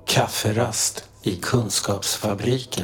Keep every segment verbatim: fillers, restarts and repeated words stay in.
Kafferast i Kunskapsfabriken.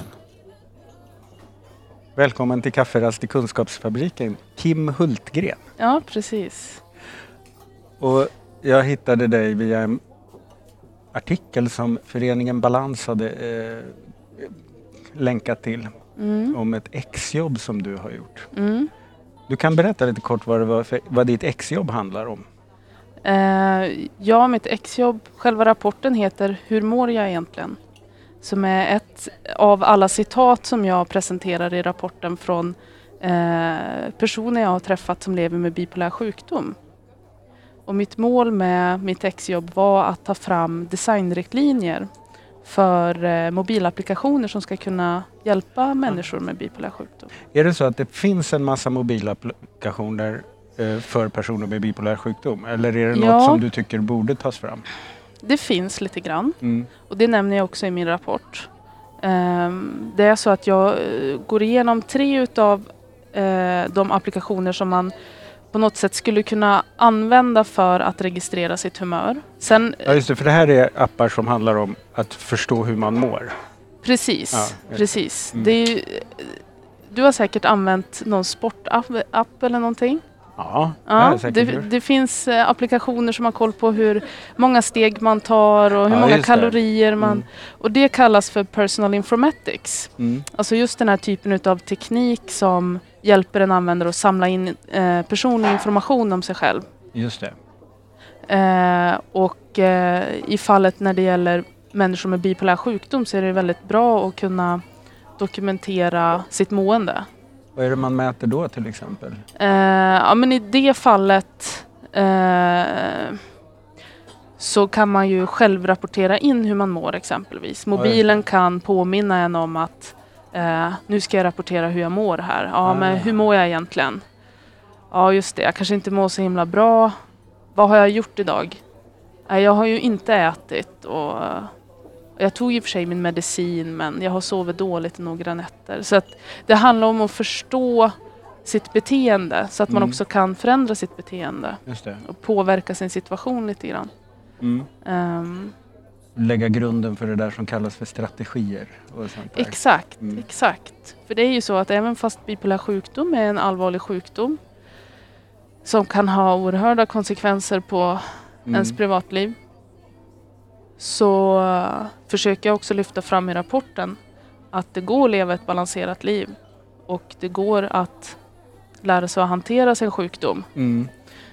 Välkommen till Kafferast i Kunskapsfabriken, Kim Hultgren. Ja, precis. Och jag hittade dig via en artikel som föreningen Balans hade eh, länkat till Mm. om ett exjobb som du har gjort. Mm. Du kan berätta lite kort vad, det var för, vad ditt exjobb handlar om. Eh, ja, mitt exjobb, själva rapporten heter Hur mår jag egentligen? Som är ett av alla citat som jag presenterar i rapporten från eh, personer jag har träffat som lever med bipolär sjukdom. Och mitt mål med mitt exjobb var att ta fram designriktlinjer för eh, mobilapplikationer som ska kunna hjälpa människor med bipolär sjukdom. Är det så att det finns en massa mobilapplikationer eh, för personer med bipolär sjukdom? Eller är det något Ja. som du tycker borde tas fram? Det finns lite grann. Mm. Och det nämner jag också i min rapport. Um, det är så att jag uh, går igenom tre utav uh, de applikationer som man på något sätt skulle kunna använda för att registrera sitt humör. Sen, Ja just det, för det här är appar som handlar om att förstå hur man mår. Precis, Ja, precis. Mm. Det är ju, du har säkert använt någon sportapp app eller någonting. Ja, det Ja, har jag säkert det, gjort. det finns eh, applikationer som har koll på hur många steg man tar och hur Ja, många just det. kalorier man... Mm. Och det kallas för personal informatics. Mm. Alltså just den här typen av teknik som hjälper en användare att samla in eh, personlig information om sig själv. Just det. Eh, och eh, i fallet när det gäller människor med bipolär sjukdom så är det väldigt bra att kunna dokumentera sitt mående. Vad är det man mäter då till exempel? Eh, ja, men i det fallet eh, så kan man ju själv rapportera in hur man mår exempelvis. Mobilen kan påminna en om att eh, nu ska jag rapportera hur jag mår här. Ja, Ah. men hur mår jag egentligen? Ja, just det. Jag kanske inte mår så himla bra. Vad har jag gjort idag? Nej, jag har ju inte ätit och eh, jag tog i och för sig min medicin men jag har sovit dåligt i några nätter. Så att det handlar om att förstå sitt beteende så att man Mm. också kan förändra sitt beteende Just det. och påverka sin situation lite grann. Mm. Um, Lägga grunden för det där som kallas för strategier och sånt där. exakt, Mm. exakt. För det är ju så att även fast bipolär sjukdom är en allvarlig sjukdom som kan ha oerhörda konsekvenser på Mm. ens privatliv så uh, försöker jag också lyfta fram i rapporten att det går att leva ett balanserat liv och det går att lära sig att hantera sin sjukdom. Mm.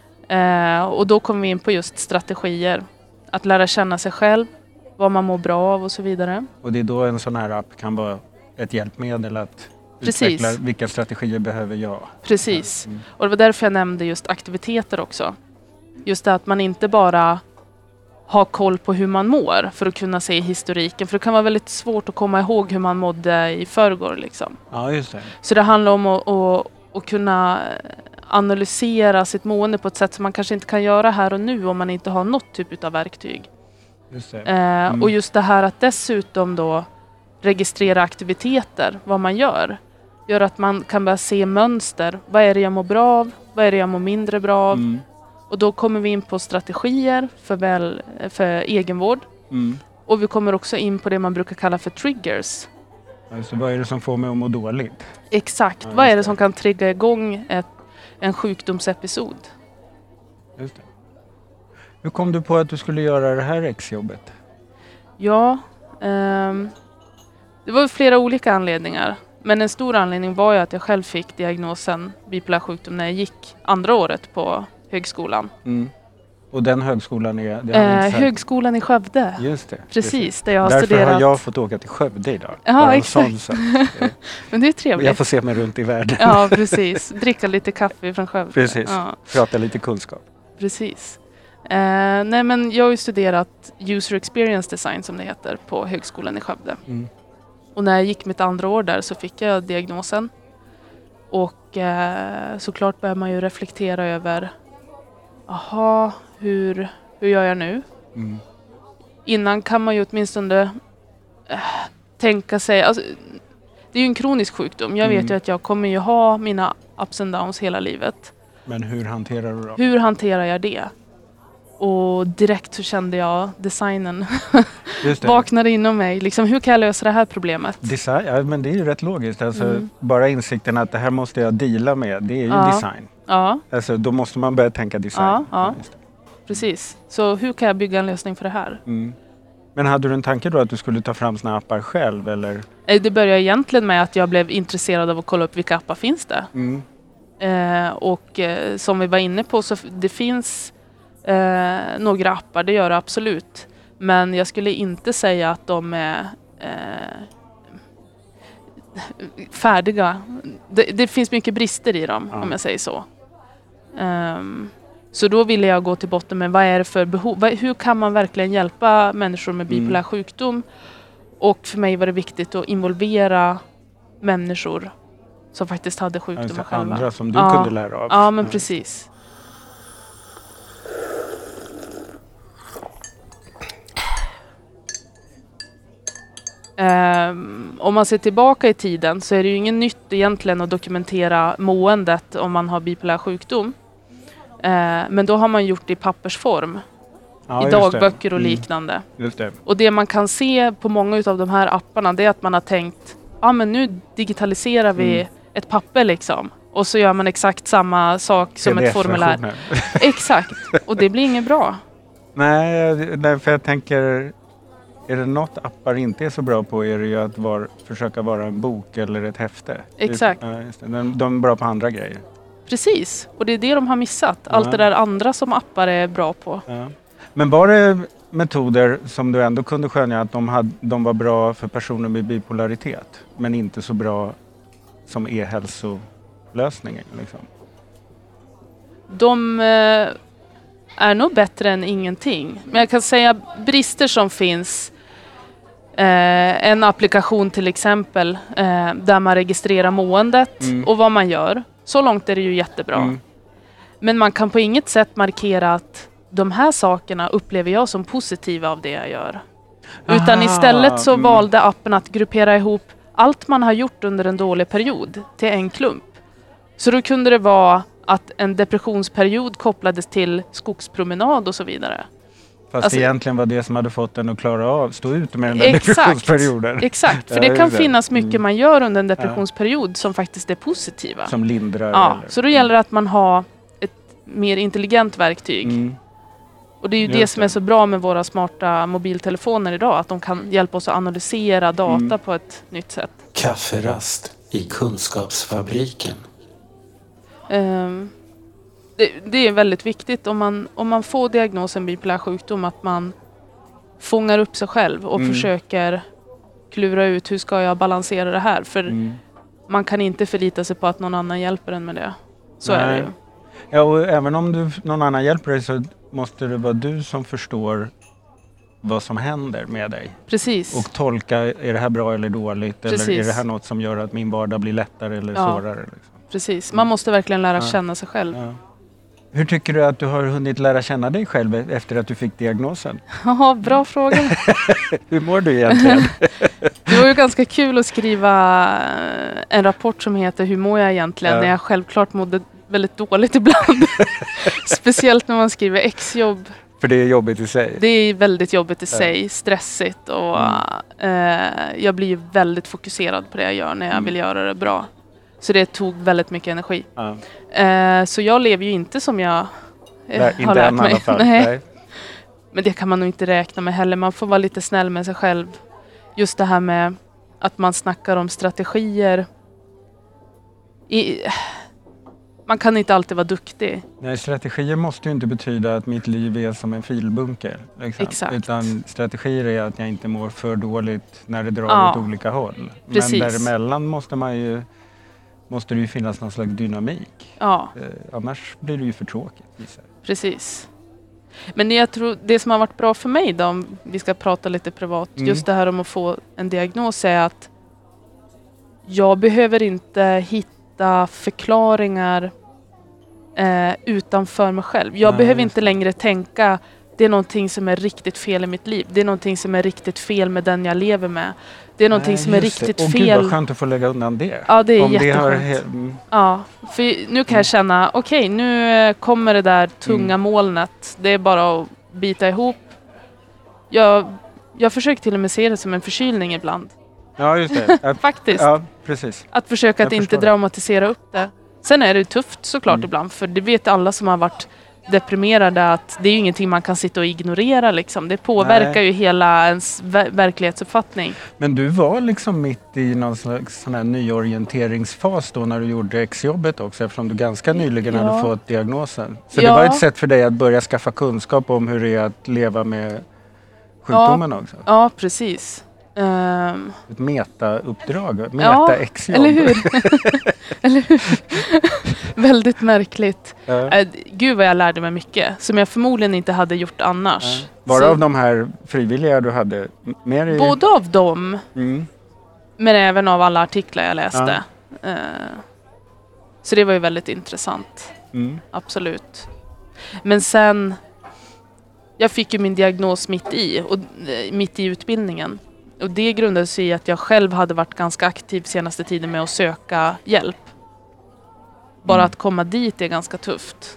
Eh, och då kommer vi in på just strategier. Att lära känna sig själv, vad man mår bra av och så vidare. Och det är då en sån här app kan vara ett hjälpmedel att Precis. utveckla vilka strategier behöver jag. Precis. Mm. Och det var därför jag nämnde just aktiviteter också. Just det att man inte bara har koll på hur man mår för att kunna se historiken. För det kan vara väldigt svårt att komma ihåg hur man mådde i förrgår liksom. Ja, just det. Så det handlar om att, att, att kunna analysera sitt mående på ett sätt som man kanske inte kan göra här och nu om man inte har något typ av verktyg. Just det. Eh, Mm. Och just det här att dessutom då registrera aktiviteter, vad man gör, gör att man kan börja se mönster. Vad är det jag mår bra av? Vad är det jag mår mindre bra av? Mm. Och då kommer vi in på strategier för, väl, för egenvård. Mm. Och vi kommer också in på det man brukar kalla för triggers. Alltså, vad är det som får mig att må dåligt? Exakt, Ja, vad är just det det. som kan trigga igång ett, en sjukdomsepisod? Just det. Hur kom du på att du skulle göra det här exjobbet? Ja, ehm, det var flera olika anledningar. Men en stor anledning var ju att jag själv fick diagnosen bipolär sjukdom när jag gick andra året på högskolan. Mm. Och den högskolan är... det har vi inte Eh, sagt. högskolan i Skövde. Just det. Precis, där jag har Därför studerat. har jag fått åka till Skövde idag. Ja, Bara en exakt. sån sak. Eh, Men det är trevligt. Jag får se mig runt i världen. Ja, precis. Dricka lite kaffe från Skövde. Precis. Ja, Prata lite kunskap. precis. Eh, nej, men jag har ju studerat User Experience Design som det heter på högskolan i Skövde. Mm. Och när jag gick mitt andra år där så fick jag diagnosen. Och eh, såklart börjar man ju reflektera över aha, hur, hur gör jag nu? Mm. Innan kan man ju åtminstone äh, tänka sig, alltså, det är ju en kronisk sjukdom. Jag vet Mm. ju att jag kommer ju ha mina ups and downs hela livet. Men hur hanterar du dem? Hur hanterar jag det? Och direkt så kände jag designen Just det. vaknar inom mig. Liksom, hur kan jag lösa det här problemet? Design, ja, men det är ju rätt logiskt. Alltså, Mm. bara insikten att det här måste jag deala med, det är ju Ja. design. Ja, Alltså, då måste man börja tänka design. Ja, ja. just det. precis. Så hur kan jag bygga en lösning för det här? Mm. Men hade du en tanke då att du skulle ta fram såna appar själv? Eller? Eh, Det började egentligen med att jag blev intresserad av att kolla upp vilka appar finns det. Mm. Eh, och eh, som vi var inne på så f- det finns eh, några appar, det gör det absolut. Men jag skulle inte säga att de är eh, färdiga. Det, det finns mycket brister i dem, Ja. om jag säger så. Ehm, så då ville jag gå till botten med vad är det för behov? Vad, hur kan man verkligen hjälpa människor med bipolär Mm. sjukdom? Och för mig var det viktigt att involvera människor som faktiskt hade sjukdomen Alltså, själva. andra som du Ja. kunde lära av. Ja, men Ja. precis. Um, om man ser tillbaka i tiden så är det ju ingen nytt egentligen att dokumentera måendet om man har bipolär sjukdom. Uh, men då har man gjort det i pappersform, Ja, i just det. dagböcker och Mm, liknande. Just det. Och det man kan se på många av de här apparna, det är att man har tänkt, ja ah, men nu digitaliserar vi Mm. ett papper liksom. Och så gör man exakt samma sak som ett formulär. P D F-versioner. Exakt, och det blir inget bra. Nej, nej, för jag tänker, är det något appar inte är så bra på är det ju att var, försöka vara en bok eller ett häfte. Exakt. Ja, just det. De, de är bra på andra grejer. Precis, och det är det de har missat. Allt Ja. det där andra som appar är bra på. Ja. Men var det metoder som du ändå kunde skönja att de, hade, de var bra för personer med bipolaritet men inte så bra som e-hälsolösningen? Liksom? De eh, är nog bättre än ingenting. Men jag kan säga brister som finns. Eh, en applikation till exempel eh, där man registrerar måendet Mm. och vad man gör. Så långt är det ju jättebra. Mm. Men man kan på inget sätt markera att de här sakerna upplever jag som positiva av det jag gör. Utan Aha, istället så mm. valde appen att gruppera ihop allt man har gjort under en dålig period till en klump. Så då kunde det vara att en depressionsperiod kopplades till skogspromenad och så vidare. Fast Alltså- det egentligen var det som hade fått den att klara av, stå ut med den där Exakt. depressionsperioden. Exakt, för Ja, det kan just det. finnas mycket Mm. man gör under en depressionsperiod som faktiskt är positiva. Som lindrar. Ja, eller- så då gäller det att man har ett mer intelligent verktyg. Mm. Och det är ju Just det som det. är så bra med våra smarta mobiltelefoner idag, att de kan hjälpa oss att analysera data Mm. på ett nytt sätt. Kafferast i Kunskapsfabriken. Ehm, det, det är väldigt viktigt om man, om man får diagnosen bipolär sjukdom att man fångar upp sig själv och Mm. försöker klura ut hur ska jag balansera det här. För Mm. man kan inte förlita sig på att någon annan hjälper en med det. Så är det Nej. ju. Ja, och även om du, någon annan hjälper dig så måste det vara du som förstår vad som händer med dig. Precis. Och tolka, är det här bra eller dåligt? Eller är Precis. det här något som gör att min vardag blir lättare eller Ja. svårare? Liksom? Precis. Man måste verkligen lära Ja. känna sig själv. Ja. Hur tycker du att du har hunnit lära känna dig själv efter att du fick diagnosen? Ja, bra fråga. Hur mår du egentligen? Det var ju ganska kul att skriva eh, en rapport som heter Hur mår jag egentligen? Ja. När jag självklart mådde väldigt dåligt ibland. Speciellt när man skriver exjobb. För det är jobbigt i sig. Det är väldigt jobbigt i Ja. sig, stressigt och Mm. eh, jag blir ju väldigt fokuserad på det jag gör när jag Mm. vill göra det bra. Så det tog väldigt mycket energi. Ja. Eh, så jag lever ju inte som jag eh, Nej, har inte lärt än i mig. alla fall. Nej. Nej. Men det kan man nog inte räkna med heller. Man får vara lite snäll med sig själv. Just det här med att man snackar om strategier. I, man kan inte alltid vara duktig. Nej, strategier måste ju inte betyda att mitt liv är som en filbunker. Liksom. Exakt. Utan strategier är att jag inte mår för dåligt när det drar Ja. åt olika håll. Precis. Men däremellan måste man ju måste det ju finnas någon slags dynamik. Ja, Eh, annars blir det ju för tråkigt. gissar jag. precis. Men det, jag tror, det som har varit bra för mig då, om vi ska prata lite privat, Mm. just det här om att få en diagnos är att jag behöver inte hitta förklaringar eh, utanför mig själv. Jag Nej, behöver just inte längre tänka det är någonting som är riktigt fel i mitt liv. Det är någonting som är riktigt fel med den jag lever med. Det är någonting Nej, som är just det. riktigt Åh, fel. Gud vad skönt att få lägga undan det. Ja, det är Om det har jätteskönt. he- mm, Ja, för nu kan jag känna, okej, nu eh, kommer det där tunga Mm. molnet. Det är bara att bita ihop. Jag Jag försöker till och med se det som en förkylning ibland. Ja, just det. Att, Faktiskt. ja, precis. Att försöka Jag att inte förstår det. dramatisera upp det. Sen är det tufft såklart Mm. ibland. För det vet alla som har varit deprimerade att det är ju ingenting man kan sitta och ignorera. Liksom. Det påverkar Nej. ju hela ens ver- verklighetsuppfattning. Men du var liksom mitt i någon slags sån här nyorienteringsfas då när du gjorde exjobbet också, eftersom du ganska nyligen Ja. hade fått diagnosen. Så Ja. det var ett sätt för dig att börja skaffa kunskap om hur det är att leva med sjukdomen också. Ja, precis. Ehm, Ett metauppdrag, Ja, meta-exjobb. eller hur? eller hur? Väldigt märkligt. Ja. Äh, gud vad jag lärde mig mycket. Som jag förmodligen inte hade gjort annars. Var Så det av de här frivilliga du hade mer i? både av dem, Mm. men även av alla artiklar jag läste. Eh, så det var ju väldigt intressant. Mm. Absolut. Men sen, jag fick ju min diagnos mitt i, och, eh, mitt i utbildningen. Och det grundade sig i att jag själv hade varit ganska aktiv senaste tiden med att söka hjälp. Bara Mm. att komma dit är ganska tufft.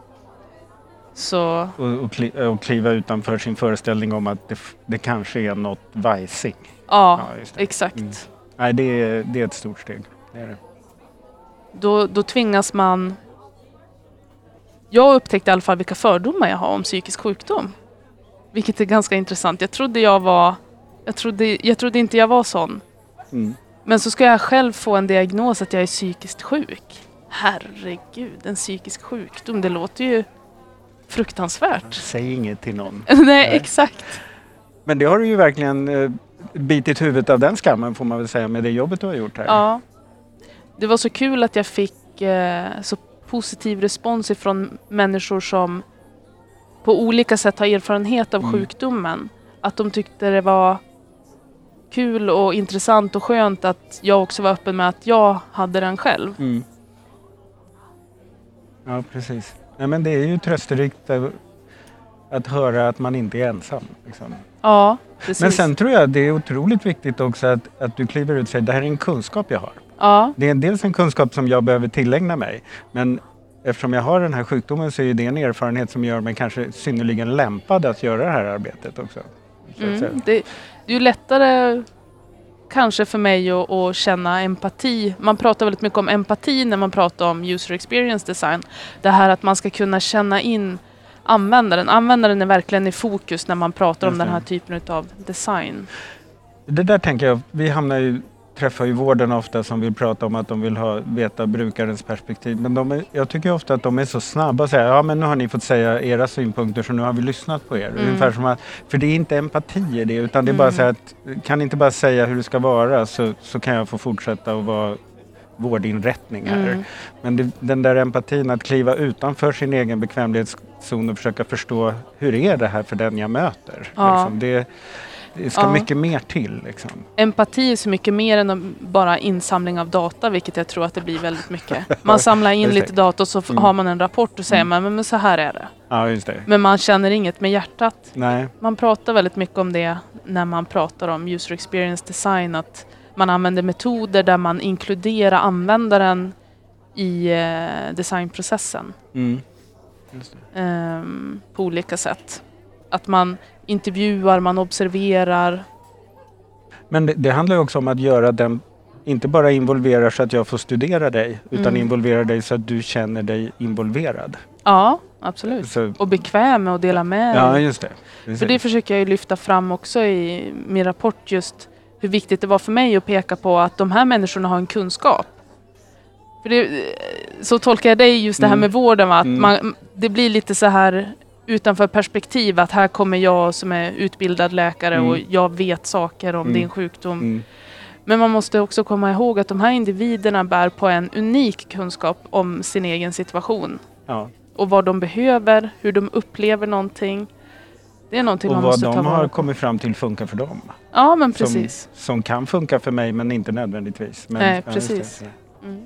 Så, Och, och, kli, och kliva utanför sin föreställning om att det, f- det kanske är något vajsing. ja, Ja, just det. exakt. Mm. Nej, det är, det är ett stort steg. Det är det. Då, då tvingas man... Jag upptäckte i alla fall vilka fördomar jag har om psykisk sjukdom. Vilket är ganska intressant. Jag trodde jag var... Jag trodde, jag trodde inte jag var sån. Mm. Men så ska jag själv få en diagnos att jag är psykiskt sjuk. Herregud, en psykisk sjukdom. Det låter ju fruktansvärt. Säg inget till någon. Nej, exakt. Men det har du ju verkligen eh, bitit huvudet av den skammen, får man väl säga, med det jobbet du har gjort här. Ja. Det var så kul att jag fick eh, så positiv respons ifrån människor som på olika sätt har erfarenhet av Mm. sjukdomen. Att de tyckte det var kul och intressant och skönt att jag också var öppen med att jag hade den själv. Mm. Ja, precis. Nej, men det är ju trösterikt att, att höra att man inte är ensam. Liksom. Ja, precis. Men sen tror jag det är otroligt viktigt också att, att du kliver ut och säger det här är en kunskap jag har. Ja, Det är dels en kunskap som jag behöver tillägna mig, men eftersom jag har den här sjukdomen så är det en erfarenhet som gör mig kanske synnerligen lämpad att göra det här arbetet också. Så att säga. mm, det, det är ju lättare kanske för mig att, att känna empati. Man pratar väldigt mycket om empati när man pratar om user experience design. Det här att man ska kunna känna in användaren. Användaren är verkligen i fokus när man pratar om Just den det. här typen av design. Det där tänker jag, vi hamnar ju, träffar ju vården ofta som vill prata om att de vill ha, veta brukarens perspektiv. Men de är, jag tycker ofta att de är så snabba och säger ja men nu har ni fått säga era synpunkter så nu har vi lyssnat på er. Mm. Ungefär som att, för det är inte empati i det utan det är bara Mm. så att kan ni inte bara säga hur det ska vara så, så kan jag få fortsätta att vara vårdinrättning här. Mm. Men det, den där empatin att kliva utanför sin egen bekvämlighetszon och försöka förstå hur är det här för den jag möter. Ja. Liksom, det, det ska Ja. mycket mer till. Liksom. Empati är så mycket mer än bara insamling av data, vilket jag tror att det blir väldigt mycket. Man samlar in Just det. lite data och så f- Mm. har man en rapport och säger Mm. man men, men så här är det. Ja, just det. Men man känner inget med hjärtat. Nej. Man pratar väldigt mycket om det när man pratar om user experience design, att man använder metoder där man inkluderar användaren i eh, designprocessen Mm. Just det. ehm, på olika sätt. Att man intervjuar, man observerar. Men det, det handlar ju också om att göra den, inte bara involvera så att jag får studera dig, utan Mm. involvera dig så att du känner dig involverad. Ja, absolut. Så, Och bekväm med att dela med ja, dig. just det. Precis. För det försöker jag ju lyfta fram också i min rapport, just hur viktigt det var för mig att peka på att de här människorna har en kunskap. För det, så tolkar jag det just det här Mm. med vården, va? Att Mm. man, det blir lite så här utanför perspektiv, att här kommer jag som är utbildad läkare Mm. och jag vet saker om Mm. din sjukdom. Mm. Men man måste också komma ihåg att de här individerna bär på en unik kunskap om sin egen situation. Ja. Och vad de behöver, hur de upplever någonting. Det är någonting Och man vad måste ta de vara har på. kommit fram till funkar för dem. Ja, men Som, precis. som kan funka för mig men inte nödvändigtvis. Men, Nej, ja, just precis. det. Mm.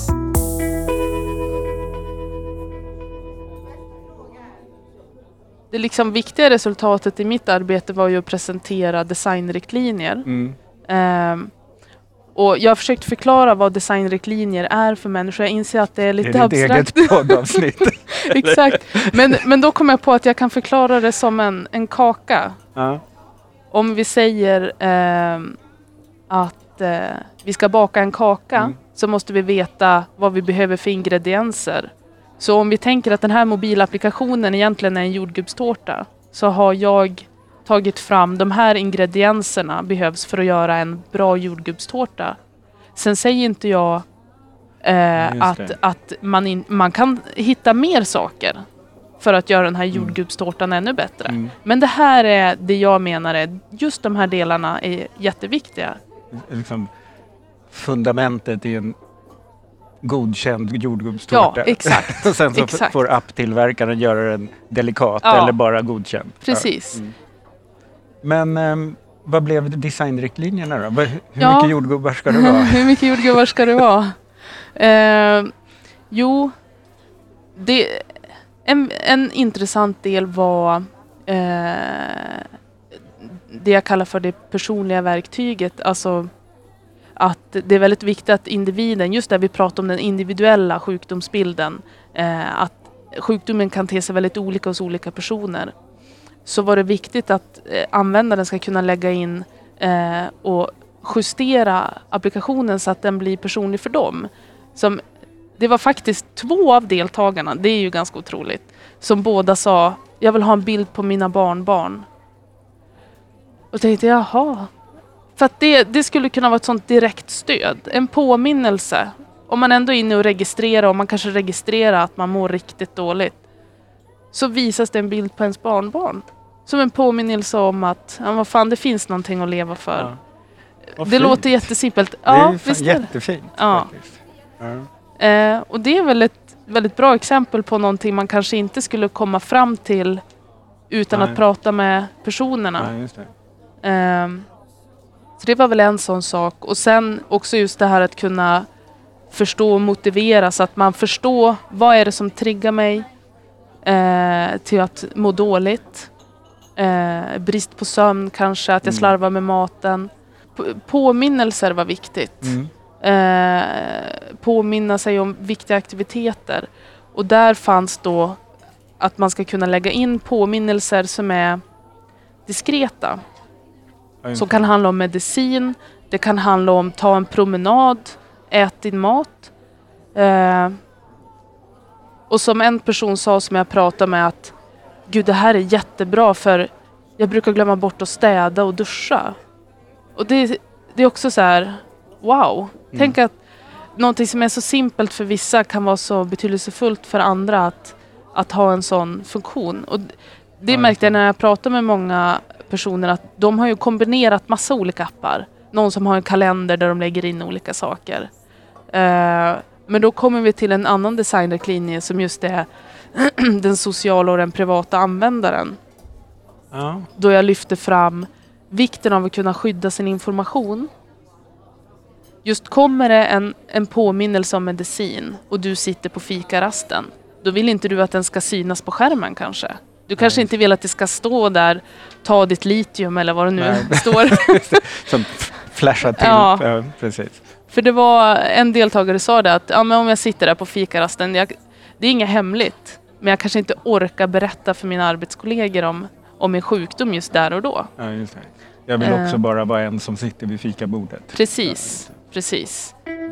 Det liksom viktiga resultatet i mitt arbete var ju att presentera designriktlinjer. Mm. Ehm, och jag har försökt förklara vad designriktlinjer är för människor. Jag inser att det är lite Är det ett abstrakt. eget poddavsnitt? Exakt. Men, men då kom jag på att jag kan förklara det som en, en kaka. Ja. om vi säger eh, att eh, vi ska baka en kaka mm. så måste vi veta vad vi behöver för ingredienser. Så om vi tänker att den här mobilapplikationen egentligen är en jordgubbstårta, så har jag tagit fram de här ingredienserna behövs för att göra en bra jordgubbstårta. Sen säger inte jag eh, att, att man, in, man kan hitta mer saker för att göra den här jordgubbstårtan mm. ännu bättre. Mm. Men det här är det jag menar är, just de här delarna är jätteviktiga. Liksom fundamentet i en godkänd jordgubbstårta. Ja, exakt. Och sen så exakt. får apptillverkaren göra den delikat ja. eller bara godkänd. Precis. Ja. Mm. Men um, vad blev designriktlinjerna då? Hur ja. mycket jordgubbar ska det vara? Hur mycket jordgubbar ska det vara? Eh, jo, det, en, en intressant del var eh, det jag kallar för det personliga verktyget. Alltså att det är väldigt viktigt att individen, just där vi pratar om den individuella sjukdomsbilden, eh, att sjukdomen kan te sig väldigt olika hos olika personer. Så var det viktigt att eh, användaren ska kunna lägga in eh, och justera applikationen så att den blir personlig för dem. Som, det var faktiskt två av deltagarna, det är ju ganska otroligt, som båda sa, jag vill ha en bild på mina barnbarn. Och tänkte, jaha. För att det, det skulle kunna vara ett sånt direkt stöd, en påminnelse. Om man ändå är inne och registrerar, och man kanske registrerar att man mår riktigt dåligt, så visas det en bild på ens barnbarn. Som en påminnelse om att ja, vad fan, det finns någonting att leva för. Ja. Det fint. Låter jättesimpelt. Det är ja, ju visst jättefint. Ja. Ja. Eh, och det är väl ett väldigt bra exempel på någonting man kanske inte skulle komma fram till utan Nej. Att prata med personerna. Nej, just det. Eh, så det var väl en sån sak. Och sen också just det här att kunna förstå och motivera, så att man förstår vad är det som triggar mig eh, till att må dåligt. Eh, brist på sömn kanske, att jag Mm. slarvar med maten. P- påminnelser var viktigt. Mm. Eh, påminna sig om viktiga aktiviteter. Och där fanns då att man ska kunna lägga in påminnelser som är diskreta. Som kan handla om medicin, det kan handla om ta en promenad, ät din mat. Eh, och som en person sa som jag pratade med, att gud, det här är jättebra för jag brukar glömma bort att städa och duscha. Och det, det är också så här, wow. Mm. Tänk att någonting som är så simpelt för vissa kan vara så betydelsefullt för andra att, att ha en sån funktion. Och det ja, märkte jag när jag pratade med många personer, att de har ju kombinerat massa olika appar. Någon som har en kalender där de lägger in olika saker. Uh, men då kommer vi till en annan designriktlinje som just är den sociala och den privata användaren. Ja. Då jag lyfter fram vikten av att kunna skydda sin information. Just kommer det en, en påminnelse om medicin och du sitter på fikarasten, då vill inte du att den ska synas på skärmen kanske. Du kanske Nej. Inte vill att det ska stå där, ta ditt litium eller vad det nu Nej. Står. Som flashar till. Ja. Ja, precis. För det var en deltagare sa det att ja, men om jag sitter där på fikarasten, jag, det är inget hemligt. Men jag kanske inte orkar berätta för mina arbetskollegor om, om min sjukdom just där och då. Ja, just det. Jag vill också uh, bara vara en som sitter vid fikabordet. Precis, ja, precis.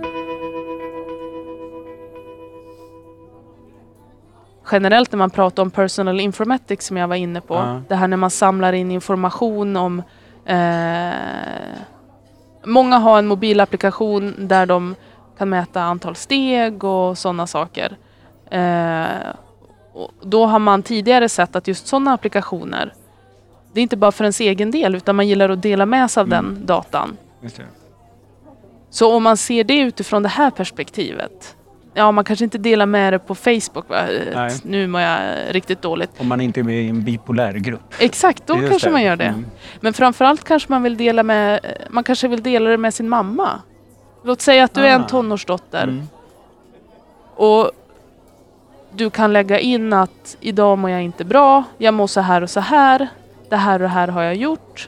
Generellt när man pratar om personal informatics som jag var inne på. Uh. Det här när man samlar in information om... Eh, många har en mobilapplikation där de kan mäta antal steg och sådana saker. Eh, och då har man tidigare sett att just sådana applikationer, det är inte bara för ens egen del, utan man gillar att dela med sig av mm. den datan. Just det. Så om man ser det utifrån det här perspektivet, ja, man kanske inte delar med det på Facebook. Va? Nu mår jag riktigt dåligt. Om man inte är med i en bipolär grupp. Exakt, då kanske det. man gör det. Mm. Men framförallt kanske man vill dela med, man kanske vill dela det med sin mamma. Låt säga att du ah. är en tonårsdotter. Mm. Och du kan lägga in att idag mår jag inte bra. Jag mår så här och så här. Det här och det här har jag gjort.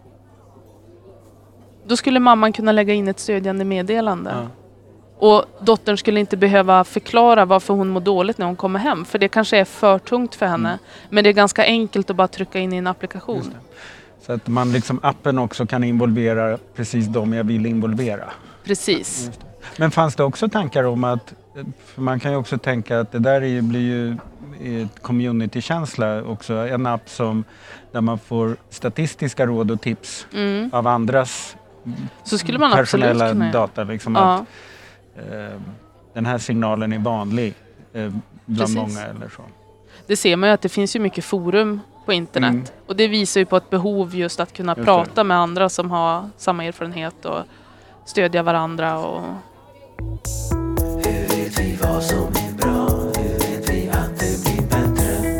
Då skulle mamman kunna lägga in ett stödjande meddelande. Ah. Och dottern skulle inte behöva förklara varför hon mår dåligt när hon kommer hem. För det kanske är för tungt för henne. Mm. Men det är ganska enkelt att bara trycka in i en applikation. Så att man liksom appen också kan involvera precis de jag vill involvera. Precis. Men fanns det också tankar om att, för man kan ju också tänka att det där är, blir ju ett community-känsla också, en app som där man får statistiska råd och tips Mm. av andras Så skulle man absolut personella kunna. data. Liksom Ja. att, eh, den här signalen är vanlig eh, bland Precis. många eller så. Det ser man ju att det finns ju mycket forum på internet. Mm. Och det visar ju på ett behov just att kunna Just prata det. med andra som har samma erfarenhet och stödja varandra. Och... Hur vet vi vad som är bra? Hur vet vi att det blir bättre?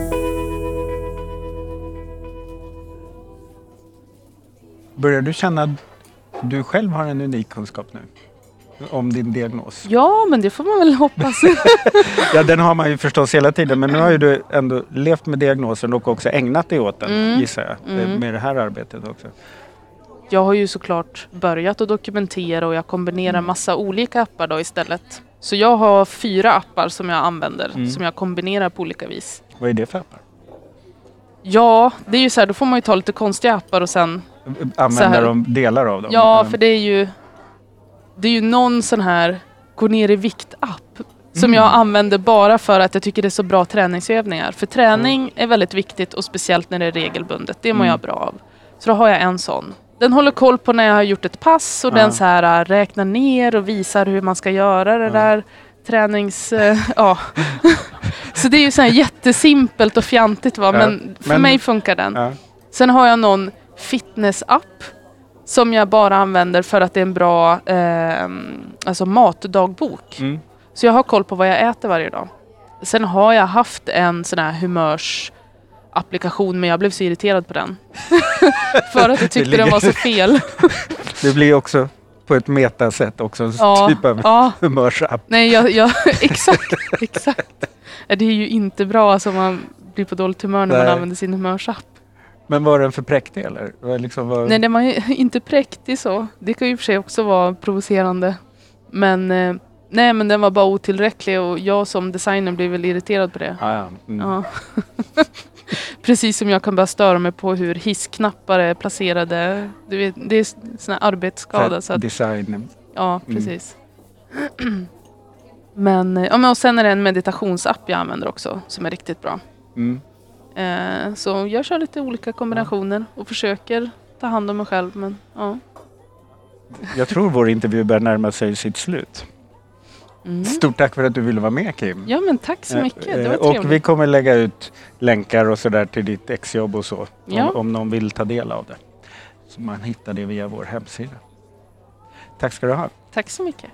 Börjar du känna att du själv har en unik kunskap nu? Om din diagnos? Ja, men det får man väl hoppas. Ja, den har man ju förstås hela tiden. Men nu har ju du ändå levt med diagnosen och också ägnat dig åt den, Mm. gissar jag. Mm. Med det här arbetet också. Jag har ju såklart börjat att dokumentera och jag kombinerar massa olika appar då istället. Så jag har fyra appar som jag använder, Mm. som jag kombinerar på olika vis. Vad är det för appar? Ja, det är ju så här, då får man ju ta lite konstiga appar och sen... Så Använder här. de delar av dem? Ja, Mm. för det är ju... Det är ju någon sån här gå ner i vikt-app som Mm. jag använder bara för att jag tycker det är så bra träningsövningar. För träning Mm. är väldigt viktigt och speciellt när det är regelbundet. Det mår Mm. jag bra av. Så då har jag en sån. Den håller koll på när jag har gjort ett pass och Ja. den så här äh, räknar ner och visar hur man ska göra det Ja. där tränings... äh, ja. Så det är ju så här jättesimpelt och fjantigt va, Ja. men för Men- mig funkar den. Ja. Sen har jag någon fitness-app som jag bara använder för att det är en bra eh, alltså matdagbok. Mm. Så jag har koll på vad jag äter varje dag. Sen har jag haft en sån här humörsapplikation, men jag blev så irriterad på den. För att jag tyckte ligger- den var så fel. Det blir också på ett metasätt också en Ja, typ av ja. humörsapp. Nej, jag, jag, exakt, exakt. Ja, det är ju inte bra alltså, man blir på dåligt humör när Nej. man använder sin humörsapp. Men var den för präktig eller? Var liksom var... Nej, den var ju inte präktig så. Det kan ju i och för sig också vara provocerande. Men, eh, nej, men den var bara otillräcklig och jag som designer blev väl irriterad på det. Ja, ja. Mm. Ja. Precis som jag kan bara störa mig på hur hissknappar är placerade. Du vet, det är sån här arbetsskada. Så att, Design. ja, precis. men, ja, men och sen är det en meditationsapp jag använder också som är riktigt bra. Mm. Eh, så jag kör lite olika kombinationer och försöker ta hand om mig själv. Men, ja. Jag tror vår intervju börjar närma sig sitt slut. Mm. Stort tack för att du ville vara med, Kim. Ja, men tack så mycket. Det var Eh, och trevligt. vi kommer lägga ut länkar och sådär till ditt exjobb och så. Ja. Om, om någon vill ta del av det. Så man hittar det via vår hemsida. Tack ska du ha. Tack så mycket.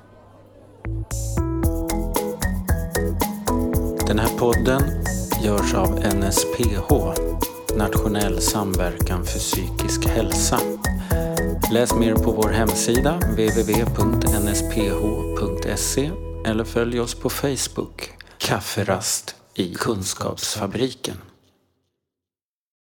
Den här podden görs av N S P H, Nationell samverkan för psykisk hälsa. Läs mer på vår hemsida w w w punkt n s p h punkt s e eller följ oss på Facebook. Kafferast i Kunskapsfabriken.